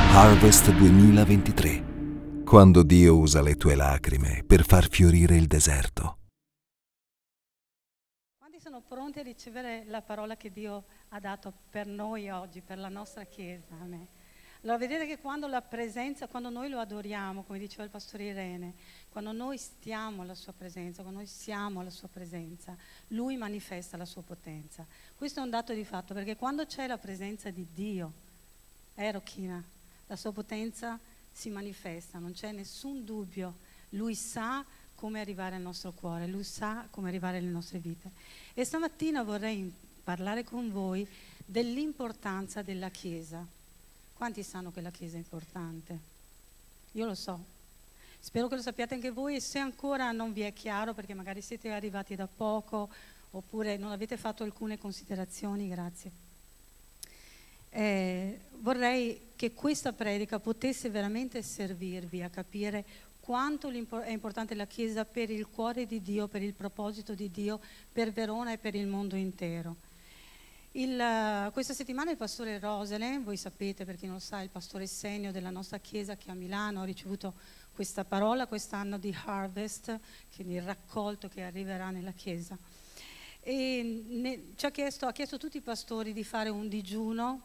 Harvest 2023, quando Dio usa le tue lacrime per far fiorire il deserto. Quanti sono pronti a ricevere la parola che Dio ha dato per noi oggi, per la nostra Chiesa? Amen. Allora vedete che quando la presenza, quando noi lo adoriamo, come diceva il pastore Irene, quando noi stiamo alla sua presenza, quando noi siamo alla sua presenza, Lui manifesta la sua potenza. Questo è un dato di fatto, perché quando c'è la presenza di Dio, Rochina, la sua potenza si manifesta, non c'è nessun dubbio. Lui sa come arrivare al nostro cuore, Lui sa come arrivare alle nostre vite. E stamattina vorrei parlare con voi dell'importanza della Chiesa. Quanti sanno che la Chiesa è importante? Io lo so. Spero che lo sappiate anche voi, e se ancora non vi è chiaro, perché magari siete arrivati da poco oppure non avete fatto alcune considerazioni, grazie. Vorrei che questa predica potesse veramente servirvi a capire quanto è importante la Chiesa per il cuore di Dio, per il proposito di Dio, per Verona e per il mondo intero. Questa settimana il pastore Rosele, voi sapete, per chi non lo sa, è il pastore senior della nostra Chiesa che a Milano ha ricevuto questa parola quest'anno di Harvest, quindi il raccolto che arriverà nella Chiesa. E ha chiesto a tutti i pastori di fare un digiuno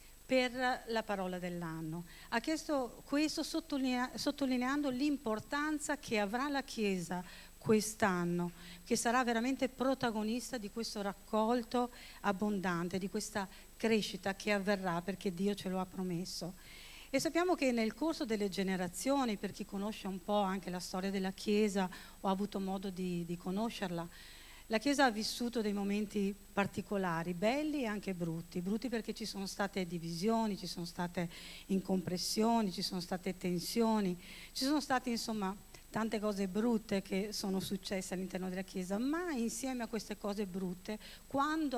per la parola dell'anno. Ha chiesto questo sottolineando l'importanza che avrà la Chiesa quest'anno, che sarà veramente protagonista di questo raccolto abbondante, di questa crescita che avverrà perché Dio ce lo ha promesso. E sappiamo che nel corso delle generazioni, per chi conosce un po' anche la storia della Chiesa o ha avuto modo di conoscerla, la Chiesa ha vissuto dei momenti particolari, belli e anche brutti perché ci sono state divisioni, ci sono state incompressioni, ci sono state tensioni, ci sono state insomma tante cose brutte che sono successe all'interno della Chiesa, ma insieme a queste cose brutte, quando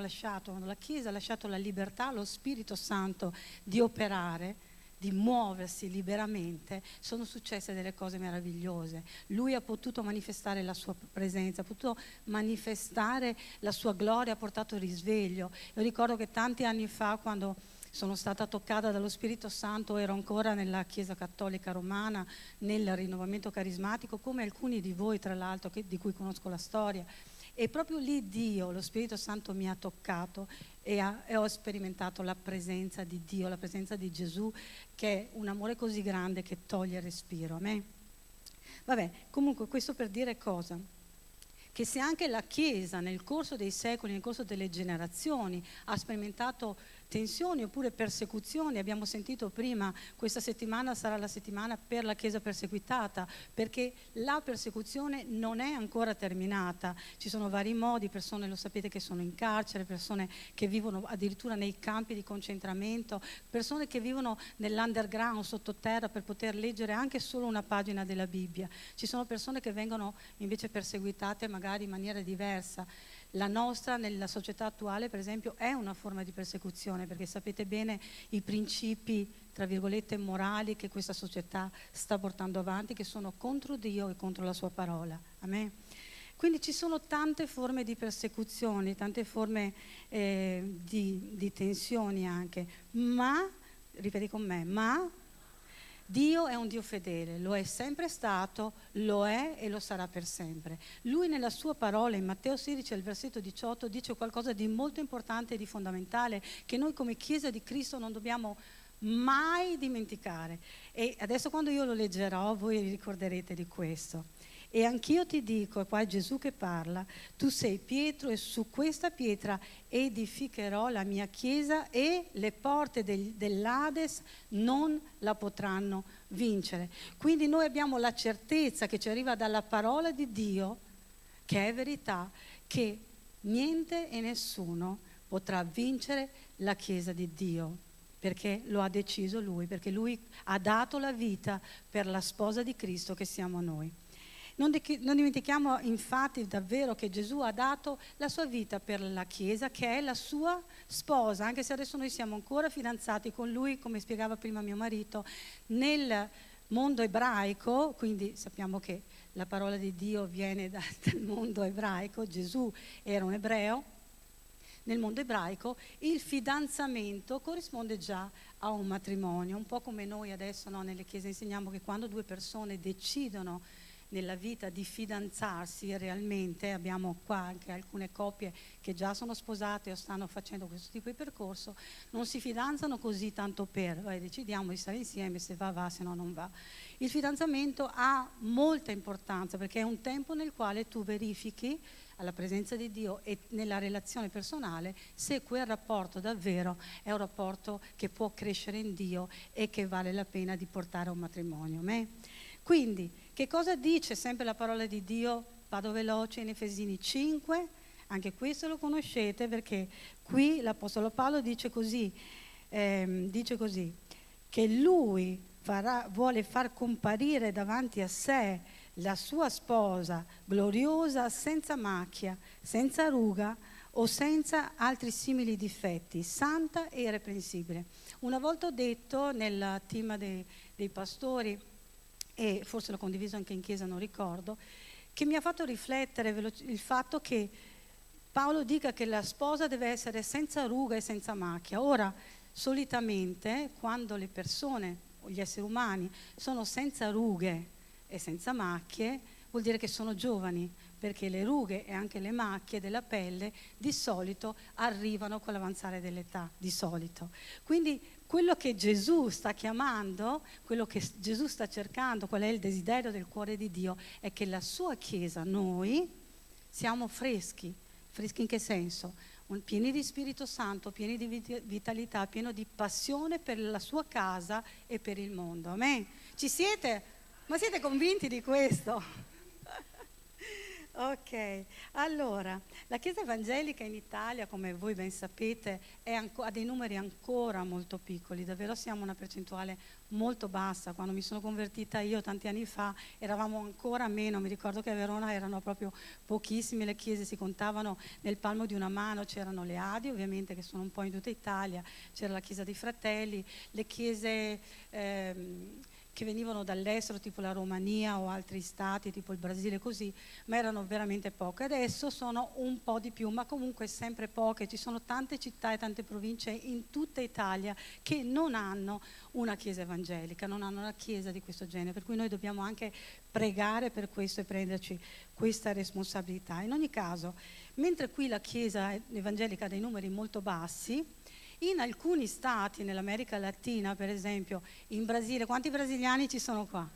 la Chiesa ha lasciato la libertà allo Spirito Santo di operare, di muoversi liberamente, sono successe delle cose meravigliose. Lui ha potuto manifestare la sua presenza, ha potuto manifestare la sua gloria, ha portato risveglio. Io ricordo che tanti anni fa, quando sono stata toccata dallo Spirito Santo, ero ancora nella Chiesa Cattolica Romana, nel rinnovamento carismatico, come alcuni di voi tra l'altro, di cui conosco la storia. E proprio lì Dio, lo Spirito Santo mi ha toccato e ho sperimentato la presenza di Dio, la presenza di Gesù, che è un amore così grande che toglie il respiro. Amen. Vabbè, comunque questo per dire cosa? Che se anche la Chiesa nel corso dei secoli, nel corso delle generazioni ha sperimentato tensioni oppure persecuzioni, abbiamo sentito prima, questa settimana sarà la settimana per la Chiesa perseguitata, perché la persecuzione non è ancora terminata, ci sono vari modi, persone lo sapete che sono in carcere, persone che vivono addirittura nei campi di concentramento, persone che vivono nell'underground, sottoterra, per poter leggere anche solo una pagina della Bibbia, ci sono persone che vengono invece perseguitate magari in maniera diversa. La nostra, nella società attuale, per esempio, è una forma di persecuzione, perché sapete bene i principi, tra virgolette, morali che questa società sta portando avanti, che sono contro Dio e contro la sua parola. Amen. Quindi ci sono tante forme di persecuzioni, tante forme di tensioni anche, ma, ripeti con me, ma Dio è un Dio fedele, lo è sempre stato, lo è e lo sarà per sempre. Lui nella sua parola in Matteo 16 al versetto 18 dice qualcosa di molto importante e di fondamentale che noi come Chiesa di Cristo non dobbiamo mai dimenticare. E adesso quando io lo leggerò voi ricorderete di questo. E anch'io ti dico, e qua è Gesù che parla, tu sei Pietro e su questa pietra edificherò la mia chiesa e le porte dell'Ades non la potranno vincere. Quindi noi abbiamo la certezza che ci arriva dalla parola di Dio, che è verità, che niente e nessuno potrà vincere la chiesa di Dio, perché lo ha deciso Lui, perché Lui ha dato la vita per la sposa di Cristo che siamo noi. Non dimentichiamo infatti davvero che Gesù ha dato la sua vita per la Chiesa, che è la sua sposa, anche se adesso noi siamo ancora fidanzati con Lui, come spiegava prima mio marito, nel mondo ebraico, quindi sappiamo che la parola di Dio viene dal mondo ebraico, Gesù era un ebreo, nel mondo ebraico il fidanzamento corrisponde già a un matrimonio, un po' come noi adesso, no, nelle chiese insegniamo che quando due persone decidono nella vita di fidanzarsi realmente, abbiamo qua anche alcune coppie che già sono sposate o stanno facendo questo tipo di percorso, non si fidanzano così tanto per, decidiamo di stare insieme, se va va, se no non va. Il fidanzamento ha molta importanza perché è un tempo nel quale tu verifichi alla presenza di Dio e nella relazione personale se quel rapporto davvero è un rapporto che può crescere in Dio e che vale la pena di portare a un matrimonio. Quindi, che cosa dice sempre la parola di Dio? Vado veloce in Efesini 5, anche questo lo conoscete perché qui l'Apostolo Paolo dice così, che lui vuole far comparire davanti a sé la sua sposa gloriosa, senza macchia, senza ruga o senza altri simili difetti, santa e irreprensibile. Una volta ho detto nel team dei pastori, e forse l'ho condiviso anche in chiesa, non ricordo, che mi ha fatto riflettere il fatto che Paolo dica che la sposa deve essere senza ruga e senza macchia. Ora, solitamente, quando le persone o gli esseri umani sono senza rughe e senza macchie, vuol dire che sono giovani, perché le rughe e anche le macchie della pelle di solito arrivano con l'avanzare dell'età, di solito. Quindi quello che Gesù sta chiamando, quello che Gesù sta cercando, qual è il desiderio del cuore di Dio, è che la sua Chiesa, noi, siamo freschi. Freschi in che senso? Pieni di Spirito Santo, pieni di vitalità, pieni di passione per la sua casa e per il mondo. Amen? Ci siete? Ma siete convinti di questo? Ok, allora, la Chiesa evangelica in Italia, come voi ben sapete, ha dei numeri ancora molto piccoli, davvero siamo una percentuale molto bassa. Quando mi sono convertita io tanti anni fa eravamo ancora meno, mi ricordo che a Verona erano proprio pochissime le chiese, si contavano nel palmo di una mano, c'erano le ADI ovviamente che sono un po' in tutta Italia, c'era la Chiesa dei Fratelli, le chiese che venivano dall'estero, tipo la Romania o altri stati, tipo il Brasile, così, ma erano veramente poche. Adesso sono un po' di più, ma comunque sempre poche. Ci sono tante città e tante province in tutta Italia che non hanno una chiesa evangelica, non hanno una chiesa di questo genere, per cui noi dobbiamo anche pregare per questo e prenderci questa responsabilità. In ogni caso, mentre qui la chiesa evangelica ha dei numeri molto bassi, in alcuni stati, nell'America Latina per esempio, in Brasile, quanti brasiliani ci sono qua?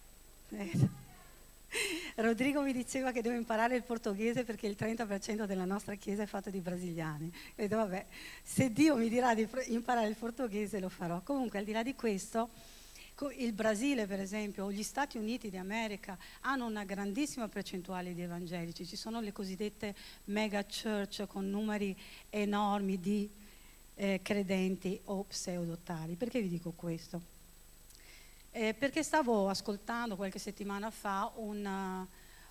Rodrigo mi diceva che devo imparare il portoghese perché il 30% della nostra chiesa è fatta di brasiliani. E detto, vabbè, se Dio mi dirà di imparare il portoghese lo farò. Comunque, al di là di questo, il Brasile per esempio o gli Stati Uniti d'America hanno una grandissima percentuale di evangelici. Ci sono le cosiddette mega church con numeri enormi di credenti o pseudotali. Perché vi dico questo? Perché stavo ascoltando qualche settimana fa un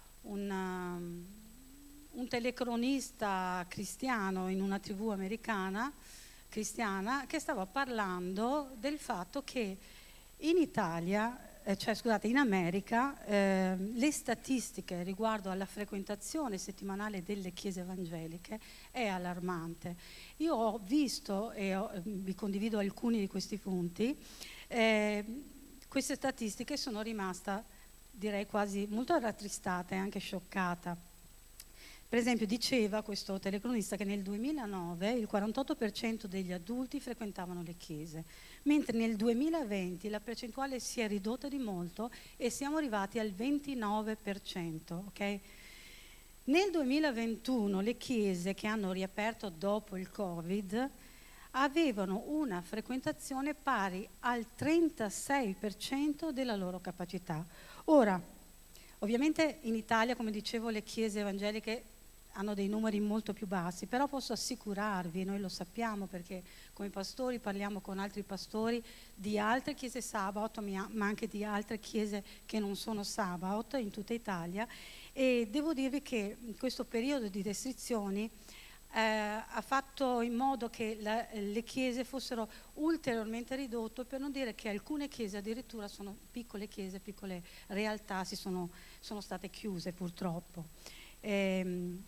telecronista cristiano in una TV americana cristiana che stava parlando del fatto che in Italia, in America, le statistiche riguardo alla frequentazione settimanale delle chiese evangeliche è allarmante. Io ho visto, e vi condivido alcuni di questi punti, queste statistiche sono rimasta, direi quasi molto rattristata e anche scioccata. Per esempio diceva questo telecronista che nel 2009 il 48% degli adulti frequentavano le chiese, mentre nel 2020 la percentuale si è ridotta di molto e siamo arrivati al 29%. Okay? Nel 2021 le chiese che hanno riaperto dopo il Covid avevano una frequentazione pari al 36% della loro capacità. Ora, ovviamente in Italia, come dicevo, le chiese evangeliche hanno dei numeri molto più bassi, però posso assicurarvi, noi lo sappiamo perché come pastori parliamo con altri pastori di altre chiese sabato, ma anche di altre chiese che non sono sabato in tutta Italia, e devo dirvi che in questo periodo di restrizioni ha fatto in modo che le chiese fossero ulteriormente ridotte, per non dire che alcune chiese addirittura sono piccole chiese, piccole realtà, sono state chiuse purtroppo.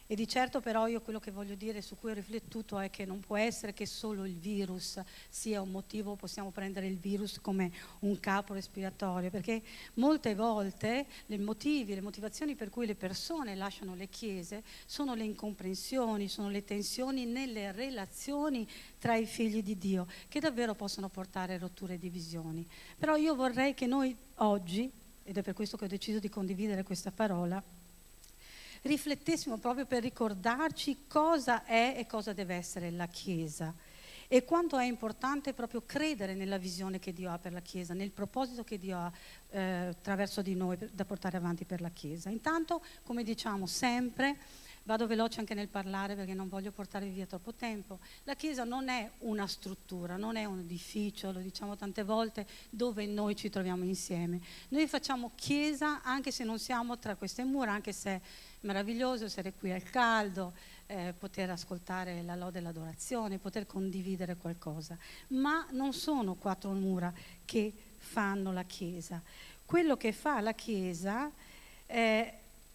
E di certo però io quello che voglio dire, su cui ho riflettuto, è che non può essere che solo il virus sia un motivo, possiamo prendere il virus come un capo respiratorio, perché molte volte le motivazioni per cui le persone lasciano le chiese sono le incomprensioni, sono le tensioni nelle relazioni tra i figli di Dio, che davvero possono portare a rotture e divisioni. Però io vorrei che noi oggi, ed è per questo che ho deciso di condividere questa parola, riflettessimo proprio per ricordarci cosa è e cosa deve essere la Chiesa e quanto è importante proprio credere nella visione che Dio ha per la Chiesa, nel proposito che Dio ha attraverso di noi da portare avanti per la Chiesa. Intanto, come diciamo sempre, vado veloce anche nel parlare perché non voglio portare via troppo tempo, la Chiesa non è una struttura, non è un edificio, lo diciamo tante volte, dove noi ci troviamo insieme. Noi facciamo Chiesa anche se non siamo tra queste mura, anche se è meraviglioso essere qui al caldo, poter ascoltare la lode e l'adorazione, poter condividere qualcosa, ma non sono quattro mura che fanno la Chiesa. Quello che fa la Chiesa è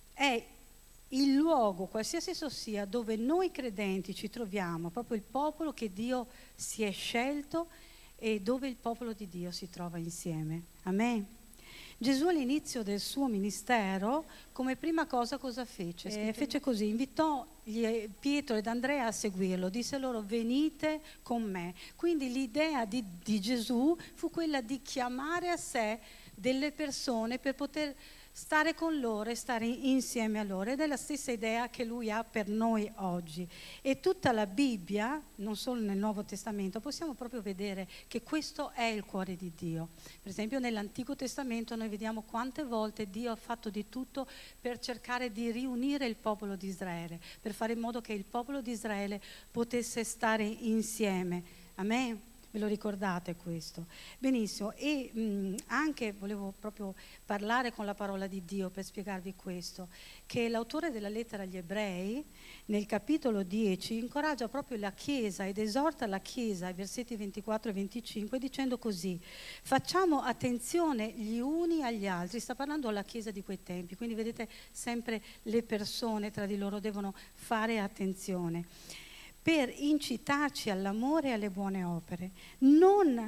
il luogo, qualsiasi esso sia, dove noi credenti ci troviamo, proprio il popolo che Dio si è scelto e dove il popolo di Dio si trova insieme. Amen. Gesù all'inizio del suo ministero, come prima cosa fece? Fece così, invitò Pietro ed Andrea a seguirlo, disse loro: venite con me. Quindi l'idea di Gesù fu quella di chiamare a sé delle persone per poter stare con loro e stare insieme a loro, ed è la stessa idea che lui ha per noi oggi. E tutta la Bibbia, non solo nel Nuovo Testamento, possiamo proprio vedere che questo è il cuore di Dio. Per esempio nell'Antico Testamento noi vediamo quante volte Dio ha fatto di tutto per cercare di riunire il popolo di Israele, per fare in modo che il popolo di Israele potesse stare insieme. Amen? Ve lo ricordate questo? Benissimo, e anche volevo proprio parlare con la parola di Dio per spiegarvi questo, che l'autore della lettera agli Ebrei, nel capitolo 10, incoraggia proprio la Chiesa ed esorta la Chiesa, ai versetti 24 e 25, dicendo così: facciamo attenzione gli uni agli altri. Sta parlando alla Chiesa di quei tempi, quindi vedete sempre le persone tra di loro devono fare attenzione, per incitarci all'amore e alle buone opere, non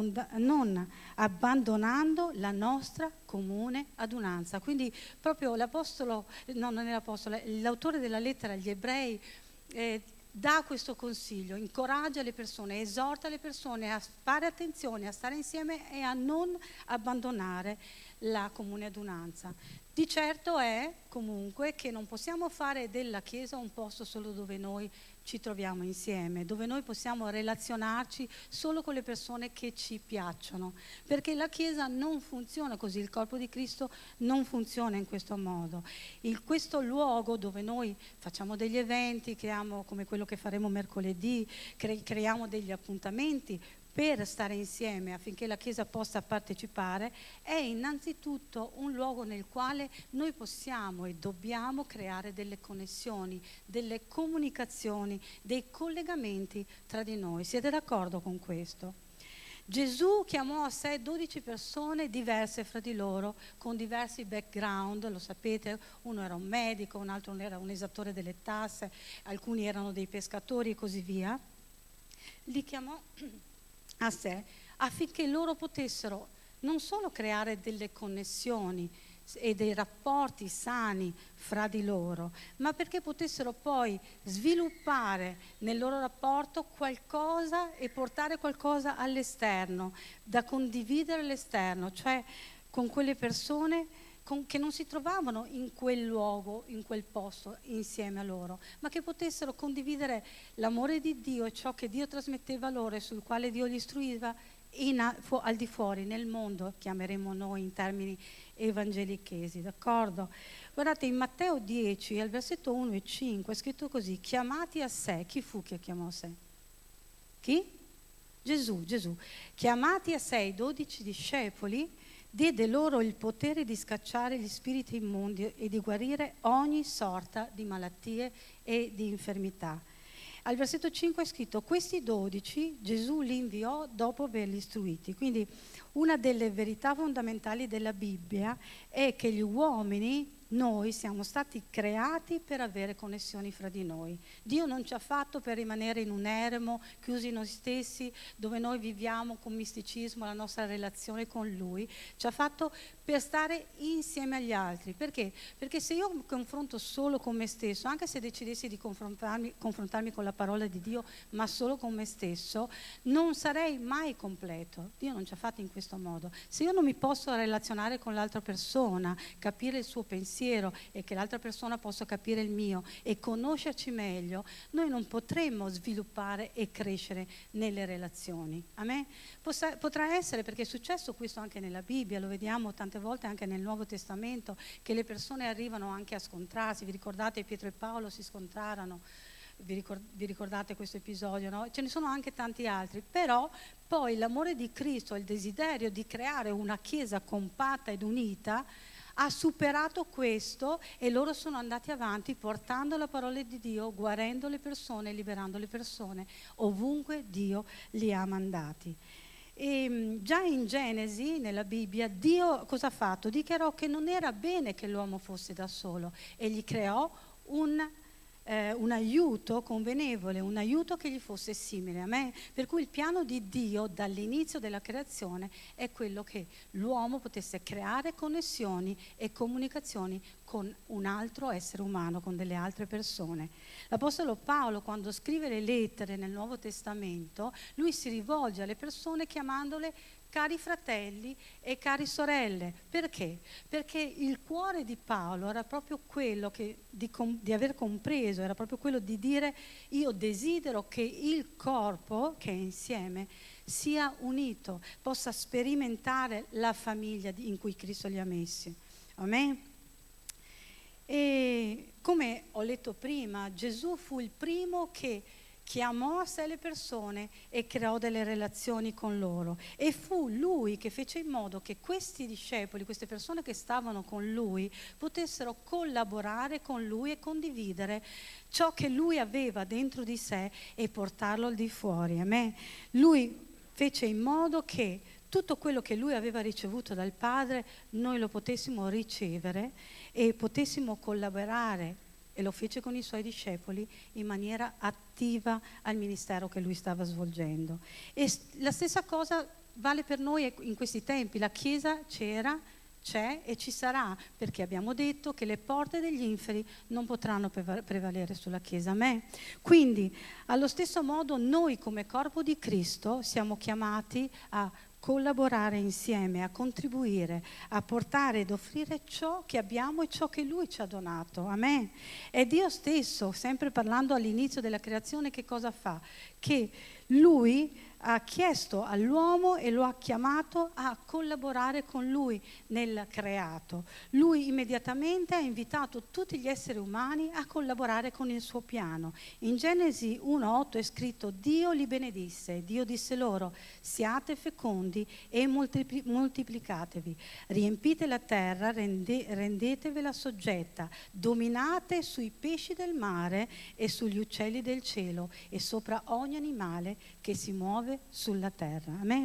abbandonando la nostra comune adunanza. Quindi proprio l'autore della lettera agli Ebrei dà questo consiglio, incoraggia le persone, esorta le persone a fare attenzione, a stare insieme e a non abbandonare la comune adunanza. Di certo è comunque che non possiamo fare della Chiesa un posto solo dove noi ci troviamo insieme, dove noi possiamo relazionarci solo con le persone che ci piacciono, perché la Chiesa non funziona così, il corpo di Cristo non funziona in questo modo. Questo luogo dove noi facciamo degli eventi, creiamo come quello che faremo mercoledì, creiamo degli appuntamenti per stare insieme affinché la Chiesa possa partecipare, è innanzitutto un luogo nel quale noi possiamo e dobbiamo creare delle connessioni, delle comunicazioni, dei collegamenti tra di noi. Siete d'accordo con questo? Gesù chiamò a sé 12 persone diverse fra di loro, con diversi background, lo sapete, uno era un medico, un altro era un esattore delle tasse, alcuni erano dei pescatori e così via. Li chiamò a sé affinché loro potessero non solo creare delle connessioni e dei rapporti sani fra di loro, ma perché potessero poi sviluppare nel loro rapporto qualcosa e portare qualcosa all'esterno, da condividere all'esterno, cioè con quelle persone che non si trovavano in quel luogo, in quel posto insieme a loro, ma che potessero condividere l'amore di Dio e ciò che Dio trasmetteva loro e sul quale Dio li istruiva al di fuori, nel mondo, chiameremo noi in termini evangelichesi, d'accordo? Guardate, in Matteo 10, al versetto 1 e 5, è scritto così: chiamati a sé. Chi fu che chiamò a sé? Chi? Gesù. Chiamati a sé i 12 discepoli, diede loro il potere di scacciare gli spiriti immondi e di guarire ogni sorta di malattie e di infermità. Al versetto 5 è scritto: questi 12 Gesù li inviò dopo averli istruiti. Quindi una delle verità fondamentali della Bibbia è che gli uomini, noi siamo stati creati per avere connessioni fra di noi. Dio non ci ha fatto per rimanere in un eremo, chiusi in noi stessi, dove noi viviamo con misticismo la nostra relazione con Lui. Ci ha fatto per stare insieme agli altri. Perché? Perché se io mi confronto solo con me stesso, anche se decidessi di confrontarmi con la parola di Dio, ma solo con me stesso, non sarei mai completo. Dio non ci ha fatto in questo modo. Se io non mi posso relazionare con l'altra persona, capire il suo pensiero, e che l'altra persona possa capire il mio e conoscerci meglio, noi non potremmo sviluppare e crescere nelle relazioni. Amen? Potrà essere, perché è successo questo anche nella Bibbia, lo vediamo tante volte anche nel Nuovo Testamento, che le persone arrivano anche a scontrarsi. Vi ricordate, Pietro e Paolo si scontrarono? Vi ricordate questo episodio, no? Ce ne sono anche tanti altri, però poi l'amore di Cristo, il desiderio di creare una chiesa compatta ed unita, ha superato questo, e loro sono andati avanti portando la parola di Dio, guarendo le persone, liberando le persone ovunque Dio li ha mandati. E già in Genesi, nella Bibbia, Dio cosa ha fatto? Dichiarò che non era bene che l'uomo fosse da solo, e gli creò un aiuto convenevole, un aiuto che gli fosse simile a me. Per cui il piano di Dio dall'inizio della creazione è quello che l'uomo potesse creare connessioni e comunicazioni con un altro essere umano, con delle altre persone. L'Apostolo Paolo, quando scrive le lettere nel Nuovo Testamento, lui si rivolge alle persone chiamandole cari fratelli e cari sorelle. Perché? Perché il cuore di Paolo era proprio quello di aver compreso, era proprio quello di dire: io desidero che il corpo che è insieme sia unito, possa sperimentare la famiglia in cui Cristo li ha messi. Amen? E come ho letto prima, Gesù fu il primo che chiamò a sé le persone e creò delle relazioni con loro, e fu lui che fece in modo che questi discepoli, queste persone che stavano con lui, potessero collaborare con lui e condividere ciò che lui aveva dentro di sé e portarlo al di fuori. Amen? Lui fece in modo che tutto quello che lui aveva ricevuto dal Padre noi lo potessimo ricevere e potessimo collaborare, e lo fece con i suoi discepoli, in maniera attiva al ministero che lui stava svolgendo. E la stessa cosa vale per noi in questi tempi. La Chiesa c'era, c'è e ci sarà, perché abbiamo detto che le porte degli inferi non potranno prevalere sulla Chiesa. Quindi, allo stesso modo, noi come corpo di Cristo siamo chiamati a collaborare insieme, a contribuire, a portare ed offrire ciò che abbiamo e ciò che Lui ci ha donato. Amen. È Dio stesso, sempre parlando all'inizio della creazione, che cosa fa? Che Lui ha chiesto all'uomo e lo ha chiamato a collaborare con lui nel creato. Lui immediatamente ha invitato tutti gli esseri umani a collaborare con il suo piano. In Genesi 1:8 è scritto: Dio li benedisse, Dio disse loro: siate fecondi e moltiplicatevi, riempite la terra, rendetevela soggetta, dominate sui pesci del mare e sugli uccelli del cielo e sopra ogni animale che si muove sulla terra. Amen.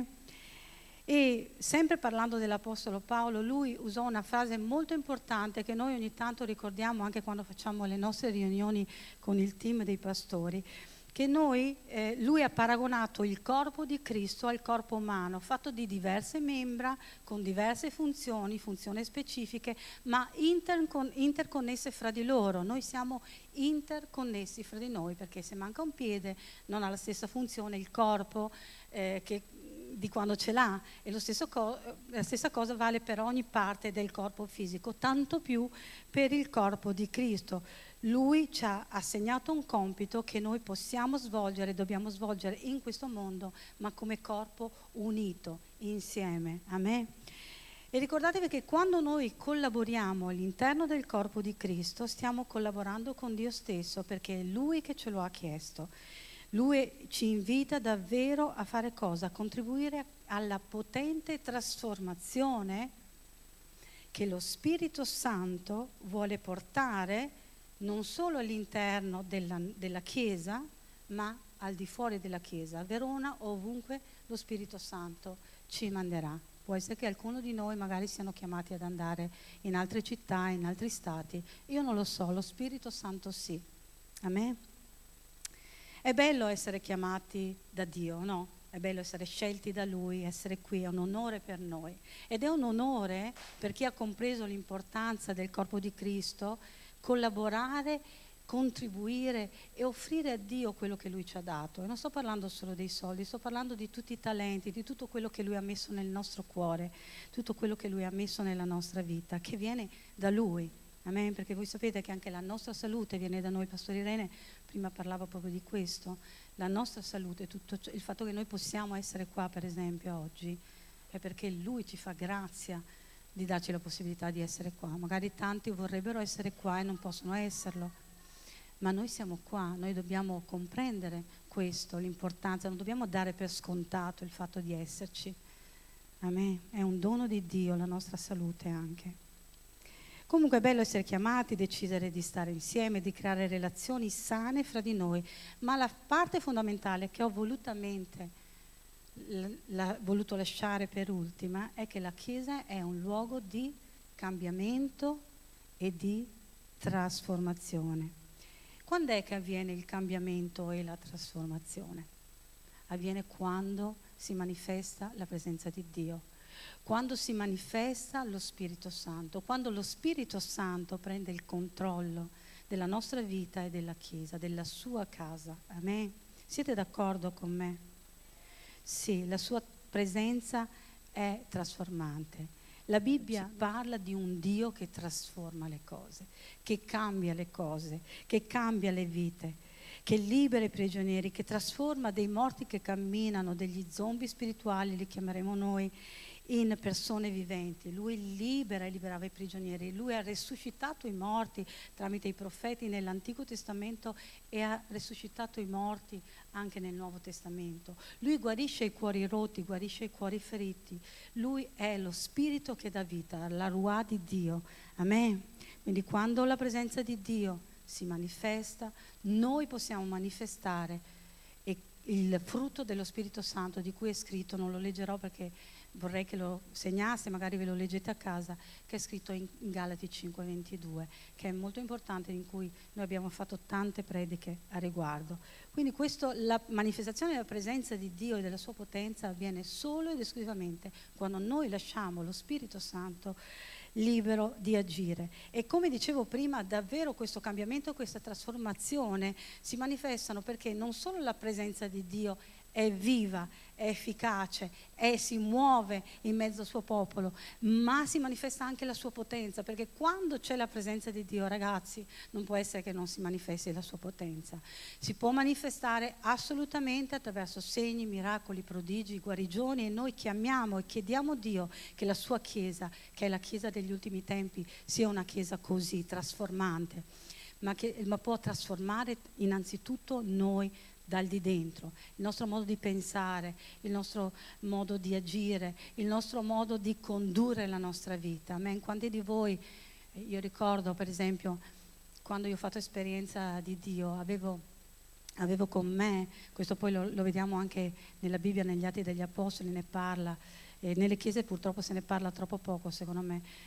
E sempre parlando dell'Apostolo Paolo, lui usò una frase molto importante che noi ogni tanto ricordiamo anche quando facciamo le nostre riunioni con il team dei pastori, che lui ha paragonato il corpo di Cristo al corpo umano, fatto di diverse membra, con diverse funzioni specifiche, ma interconnesse fra di loro. Noi siamo interconnessi fra di noi, perché se manca un piede non ha la stessa funzione il corpo di quando ce l'ha, e la stessa cosa vale per ogni parte del corpo fisico, tanto più per il corpo di Cristo. Lui ci ha assegnato un compito che noi possiamo svolgere, dobbiamo svolgere in questo mondo, ma come corpo unito, insieme. Amen. E ricordatevi che quando noi collaboriamo all'interno del corpo di Cristo, stiamo collaborando con Dio stesso, perché è Lui che ce lo ha chiesto. Lui ci invita davvero a fare cosa? A contribuire alla potente trasformazione che lo Spirito Santo vuole portare non solo all'interno della Chiesa, ma al di fuori della Chiesa, a Verona, ovunque lo Spirito Santo ci manderà. Può essere che alcuni di noi magari siano chiamati ad andare in altre città, in altri stati. Io non lo so, lo Spirito Santo sì. Amen? È bello essere chiamati da Dio, no? È bello essere scelti da Lui, essere qui, è un onore per noi. Ed è un onore per chi ha compreso l'importanza del corpo di Cristo, collaborare, contribuire e offrire a Dio quello che Lui ci ha dato. E non sto parlando solo dei soldi, sto parlando di tutti i talenti, di tutto quello che Lui ha messo nel nostro cuore, tutto quello che Lui ha messo nella nostra vita, che viene da Lui. Amen? Perché voi sapete che anche la nostra salute viene da noi. Pastor Irene prima parlava proprio di questo. La nostra salute, il fatto che noi possiamo essere qua per esempio oggi, è perché Lui ci fa grazia di darci la possibilità di essere qua. Magari tanti vorrebbero essere qua e non possono esserlo, ma noi siamo qua, noi dobbiamo comprendere questo, l'importanza, non dobbiamo dare per scontato il fatto di esserci. Amen. È un dono di Dio la nostra salute anche. Comunque è bello essere chiamati, decidere di stare insieme, di creare relazioni sane fra di noi, ma la parte fondamentale che ho volutamente voluto lasciare per ultima è che la Chiesa è un luogo di cambiamento e di trasformazione. Quando è che avviene il cambiamento e la trasformazione? Avviene quando si manifesta la presenza di Dio. Quando si manifesta lo Spirito Santo, quando lo Spirito Santo prende il controllo della nostra vita e della Chiesa, della sua casa. Amen? Siete d'accordo con me? Sì, la sua presenza è trasformante. La Bibbia parla di un Dio che trasforma le cose, che cambia le cose, che cambia le vite, che libera i prigionieri, che trasforma dei morti che camminano, degli zombie spirituali, li chiameremo noi, in persone viventi. Lui libera e liberava i prigionieri. Lui ha risuscitato i morti tramite i profeti nell'Antico Testamento e ha risuscitato i morti anche nel Nuovo Testamento. Lui guarisce i cuori rotti, guarisce i cuori feriti. Lui è lo Spirito che dà vita, la Ruah di Dio. Amen. Quindi quando la presenza di Dio si manifesta, noi possiamo manifestare il frutto dello Spirito Santo di cui è scritto, non lo leggerò perché vorrei che lo segnasse, magari ve lo leggete a casa, che è scritto in Galati 5:22, che è molto importante, in cui noi abbiamo fatto tante prediche a riguardo. Quindi la manifestazione della presenza di Dio e della sua potenza avviene solo ed esclusivamente quando noi lasciamo lo Spirito Santo libero di agire. E come dicevo prima, davvero questo cambiamento, questa trasformazione si manifestano perché non solo la presenza di Dio è viva, è efficace, si muove in mezzo al suo popolo, ma si manifesta anche la sua potenza, perché quando c'è la presenza di Dio, ragazzi, non può essere che non si manifesti la sua potenza. Si può manifestare assolutamente attraverso segni, miracoli, prodigi, guarigioni, e noi chiamiamo e chiediamo a Dio che la sua Chiesa, che è la Chiesa degli ultimi tempi, sia una Chiesa così trasformante, ma può trasformare innanzitutto noi dal di dentro, il nostro modo di pensare, il nostro modo di agire, il nostro modo di condurre la nostra vita. Amen. Quanti di voi, io ricordo per esempio quando io ho fatto esperienza di Dio, avevo con me, questo poi lo vediamo anche nella Bibbia, negli Atti degli Apostoli ne parla, nelle chiese purtroppo se ne parla troppo poco secondo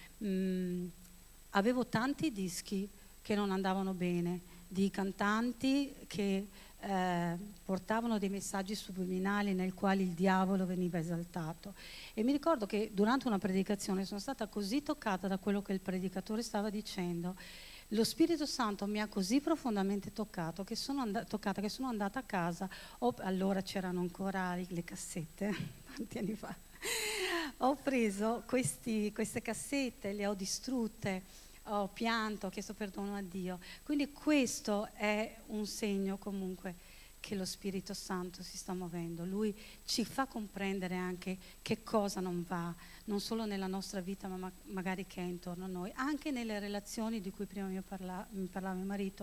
me. Avevo tanti dischi che non andavano bene, di cantanti che portavano dei messaggi subliminali nel quali il diavolo veniva esaltato, e mi ricordo che durante una predicazione sono stata così toccata da quello che il predicatore stava dicendo. Lo Spirito Santo mi ha così profondamente toccato che sono andata a casa. Allora c'erano ancora le cassette tanti anni fa. Ho preso queste cassette, le ho distrutte, ho pianto, ho chiesto perdono a Dio. Quindi questo è un segno comunque che lo Spirito Santo si sta muovendo. Lui ci fa comprendere anche che cosa non va, non solo nella nostra vita, ma magari che è intorno a noi, anche nelle relazioni di cui prima mi parlava mio marito,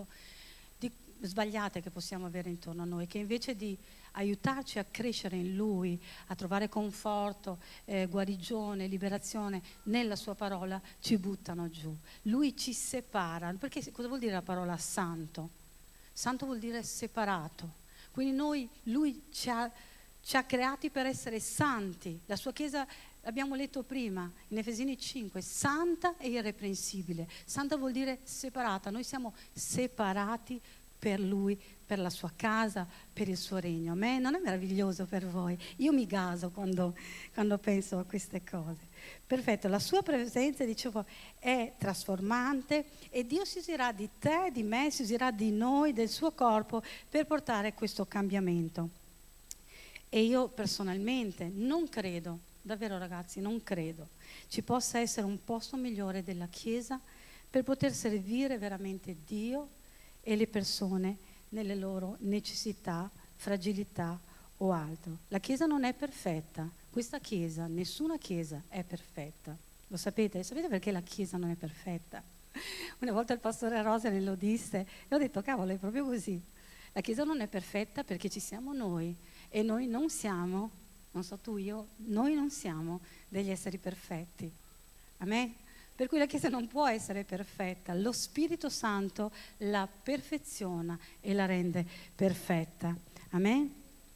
sbagliate che possiamo avere intorno a noi, che invece di aiutarci a crescere in Lui, a trovare conforto, guarigione, liberazione nella Sua parola, ci buttano giù. Lui ci separa, perché cosa vuol dire la parola santo? Santo vuol dire separato. Quindi Lui ci ci ha creati per essere santi. La sua Chiesa, abbiamo letto prima, in Efesini 5, santa e irreprensibile. Santa vuol dire separata. Noi siamo separati per Lui, per la sua casa, per il suo regno. A me non è meraviglioso per voi? Io mi gaso quando penso a queste cose. Perfetto, la sua presenza, dicevo, è trasformante e Dio si userà di te, di me, si userà di noi, del suo corpo per portare questo cambiamento. E io personalmente non credo, davvero ragazzi, non credo ci possa essere un posto migliore della Chiesa per poter servire veramente Dio e le persone nelle loro necessità, fragilità o altro. La Chiesa non è perfetta, questa Chiesa, nessuna Chiesa è perfetta. Lo sapete? Sapete perché la Chiesa non è perfetta? Una volta il pastore Rosen lo disse e ho detto, cavolo, è proprio così. La Chiesa non è perfetta perché ci siamo noi e noi non siamo, non so tu, io, noi non siamo degli esseri perfetti. Amen? Per cui la Chiesa non può essere perfetta, lo Spirito Santo la perfeziona e la rende perfetta. Amen?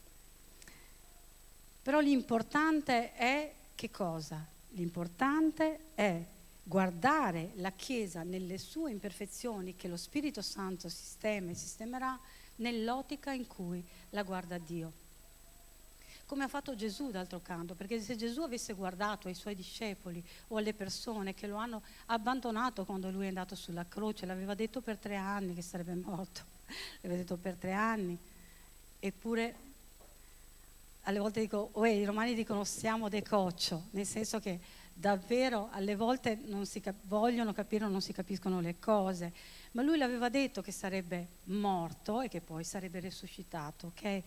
Però l'importante è che cosa? L'importante è guardare la Chiesa nelle sue imperfezioni che lo Spirito Santo sistema e sistemerà nell'ottica in cui la guarda Dio. Come ha fatto Gesù d'altro canto, perché se Gesù avesse guardato ai suoi discepoli o alle persone che lo hanno abbandonato quando lui è andato sulla croce, l'aveva detto per 3 anni che sarebbe morto, l'aveva detto per 3 anni, eppure alle volte dico, i romani dicono siamo de coccio, nel senso che davvero alle volte non si vogliono capire o non si capiscono le cose, ma lui l'aveva detto che sarebbe morto e che poi sarebbe risuscitato, ok?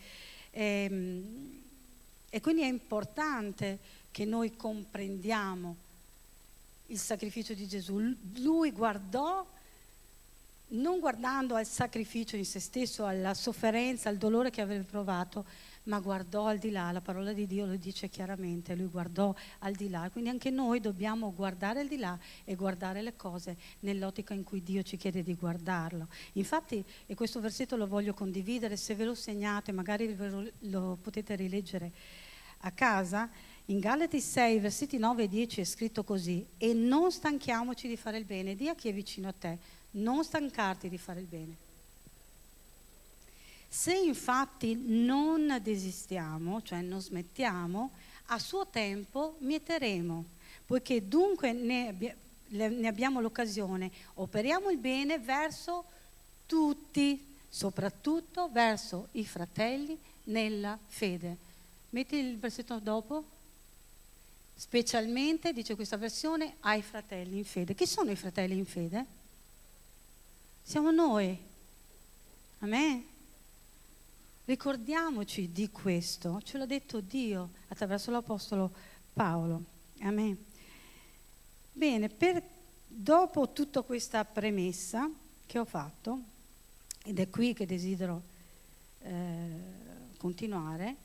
E quindi è importante che noi comprendiamo il sacrificio di Gesù. Lui guardò, non guardando al sacrificio in se stesso, alla sofferenza, al dolore che aveva provato, ma guardò al di là. La parola di Dio lo dice chiaramente, lui guardò al di là. Quindi anche noi dobbiamo guardare al di là e guardare le cose nell'ottica in cui Dio ci chiede di guardarlo. Infatti, e questo versetto lo voglio condividere, se ve lo segnate, magari lo potete rileggere a casa. In Galati 6, versetti 9 e 10 è scritto così: e non stanchiamoci di fare il bene. Dì a chi è vicino a te, non stancarti di fare il bene. Se infatti non desistiamo, cioè non smettiamo, a suo tempo mieteremo, poiché dunque ne abbiamo l'occasione, operiamo il bene verso tutti, soprattutto verso i fratelli nella fede. Metti il versetto dopo. Specialmente, dice questa versione, ai fratelli in fede. Chi sono i fratelli in fede? Siamo noi. Amen? Ricordiamoci di questo, ce l'ha detto Dio attraverso l'Apostolo Paolo. Amen. Bene, dopo tutta questa premessa che ho fatto, ed è qui che desidero continuare,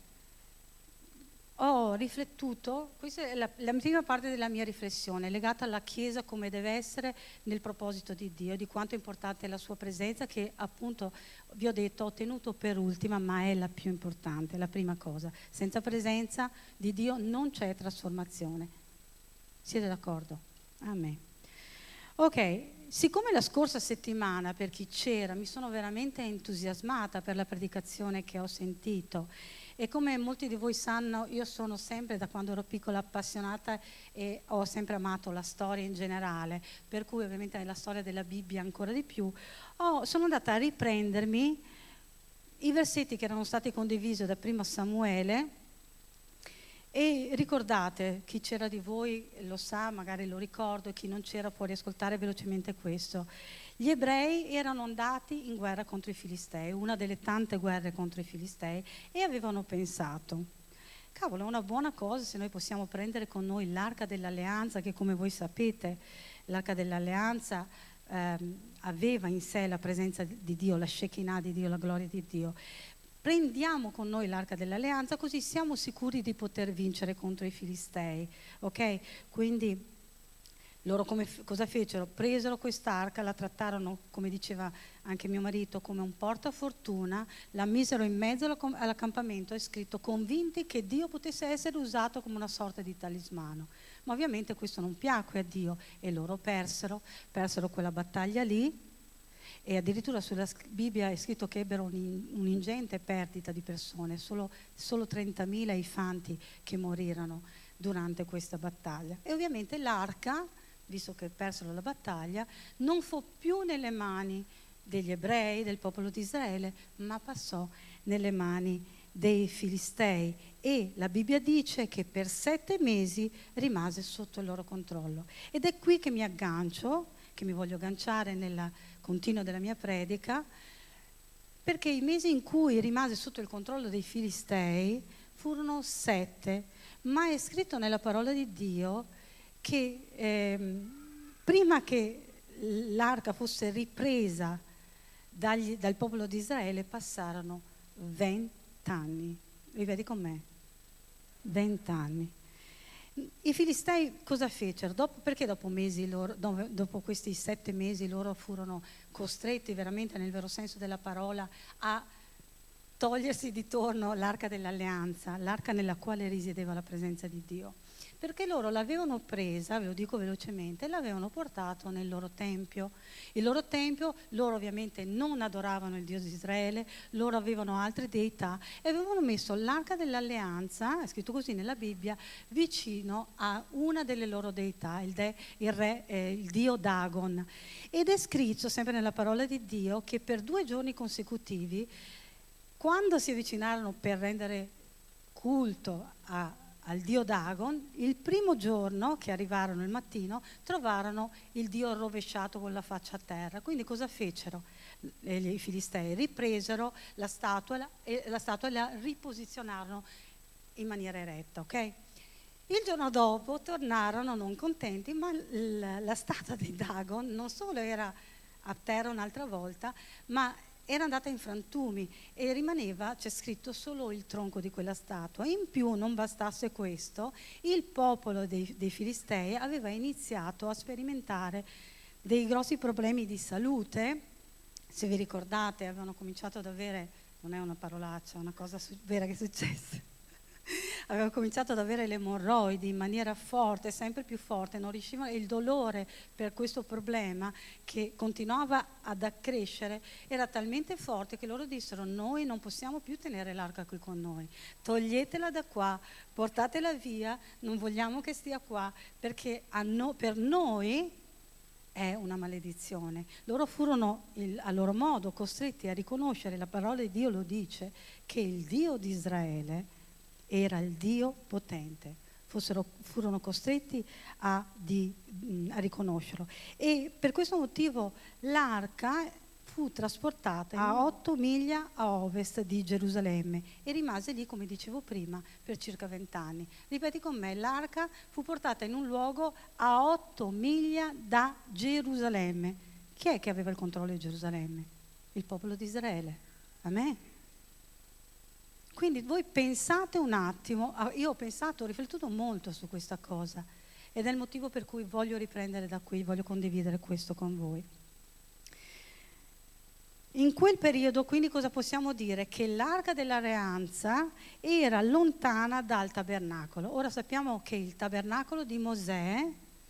ho riflettuto, questa è la prima parte della mia riflessione, legata alla Chiesa come deve essere nel proposito di Dio, di quanto è importante la sua presenza, che appunto vi ho detto ho tenuto per ultima, ma è la più importante, la prima cosa. Senza presenza di Dio non c'è trasformazione. Siete d'accordo? Amen. Ok, siccome la scorsa settimana, per chi c'era, mi sono veramente entusiasmata per la predicazione che ho sentito. E come molti di voi sanno, io sono sempre, da quando ero piccola, appassionata e ho sempre amato la storia in generale, per cui ovviamente nella storia della Bibbia ancora di più. Sono andata a riprendermi i versetti che erano stati condivisi da Primo Samuele e ricordate, chi c'era di voi lo sa, magari lo ricordo, chi non c'era può riascoltare velocemente questo. Gli ebrei erano andati in guerra contro i Filistei, una delle tante guerre contro i Filistei, e avevano pensato, cavolo, è una buona cosa se noi possiamo prendere con noi l'Arca dell'Alleanza, che come voi sapete l'Arca dell'Alleanza aveva in sé la presenza di Dio, la Shekinah di Dio, la gloria di Dio. Prendiamo con noi l'Arca dell'Alleanza, così siamo sicuri di poter vincere contro i Filistei, ok? Quindi Loro cosa fecero? Presero quest'arca, la trattarono, come diceva anche mio marito, come un portafortuna, la misero in mezzo all'accampamento, è scritto, convinti che Dio potesse essere usato come una sorta di talismano. Ma ovviamente questo non piacque a Dio e loro persero quella battaglia lì, e addirittura sulla Bibbia è scritto che ebbero un'ingente perdita di persone, solo 30.000 i fanti che morirono durante questa battaglia. E ovviamente l'arca, visto che persero la battaglia, non fu più nelle mani degli ebrei, del popolo di Israele, ma passò nelle mani dei Filistei, e la Bibbia dice che per 7 mesi rimase sotto il loro controllo. Ed è qui che mi aggancio, che mi voglio agganciare nel continuo della mia predica, perché i mesi in cui rimase sotto il controllo dei Filistei furono 7, ma è scritto nella parola di Dio che prima che l'arca fosse ripresa dal popolo di Israele passarono 20 anni. Rivedi con me? 20 anni. I Filistei cosa fecero? Perché dopo questi 7 mesi loro furono costretti veramente nel vero senso della parola a togliersi di torno l'arca dell'alleanza, l'arca nella quale risiedeva la presenza di Dio? Perché loro l'avevano presa, ve lo dico velocemente, e l'avevano portato nel loro tempio. Il loro tempio, loro ovviamente non adoravano il Dio di Israele, loro avevano altre deità e avevano messo l'arca dell'alleanza, è scritto così nella Bibbia, vicino a una delle loro deità, il dio Dagon. Ed è scritto sempre nella parola di Dio che per 2 giorni consecutivi, quando si avvicinarono per rendere culto al dio Dagon, il primo giorno che arrivarono il mattino trovarono il dio rovesciato con la faccia a terra. Quindi cosa fecero? I Filistei ripresero la statua e la riposizionarono in maniera eretta, ok? Il giorno dopo tornarono non contenti, ma la statua di Dagon non solo era a terra un'altra volta, ma era andata in frantumi e rimaneva, c'è scritto, solo il tronco di quella statua. In più, non bastasse questo, il popolo dei Filistei aveva iniziato a sperimentare dei grossi problemi di salute. Se vi ricordate, avevano cominciato ad avere, non è una parolaccia, è una cosa vera che è successa, avevano cominciato ad avere le emorroidi in maniera forte, sempre più forte, non riuscivano, e il dolore per questo problema che continuava ad accrescere era talmente forte che loro dissero: noi non possiamo più tenere l'arca qui con noi, toglietela da qua, portatela via, non vogliamo che stia qua, perché per noi è una maledizione. Loro furono a loro modo costretti a riconoscere, la parola di Dio lo dice, che il Dio di Israele era il Dio potente, furono costretti a riconoscerlo. E per questo motivo l'arca fu trasportata a 8 miglia a ovest di Gerusalemme e rimase lì, come dicevo prima, per circa 20 anni. Ripeti con me, l'arca fu portata in un luogo a 8 miglia da Gerusalemme. Chi è che aveva il controllo di Gerusalemme? Il popolo di Israele. Amen. Quindi voi pensate un attimo, io ho riflettuto molto su questa cosa ed è il motivo per cui voglio riprendere da qui, voglio condividere questo con voi. In quel periodo, quindi, cosa possiamo dire? Che l'arca dell'alleanza era lontana dal tabernacolo. Ora sappiamo che il tabernacolo di Mosè,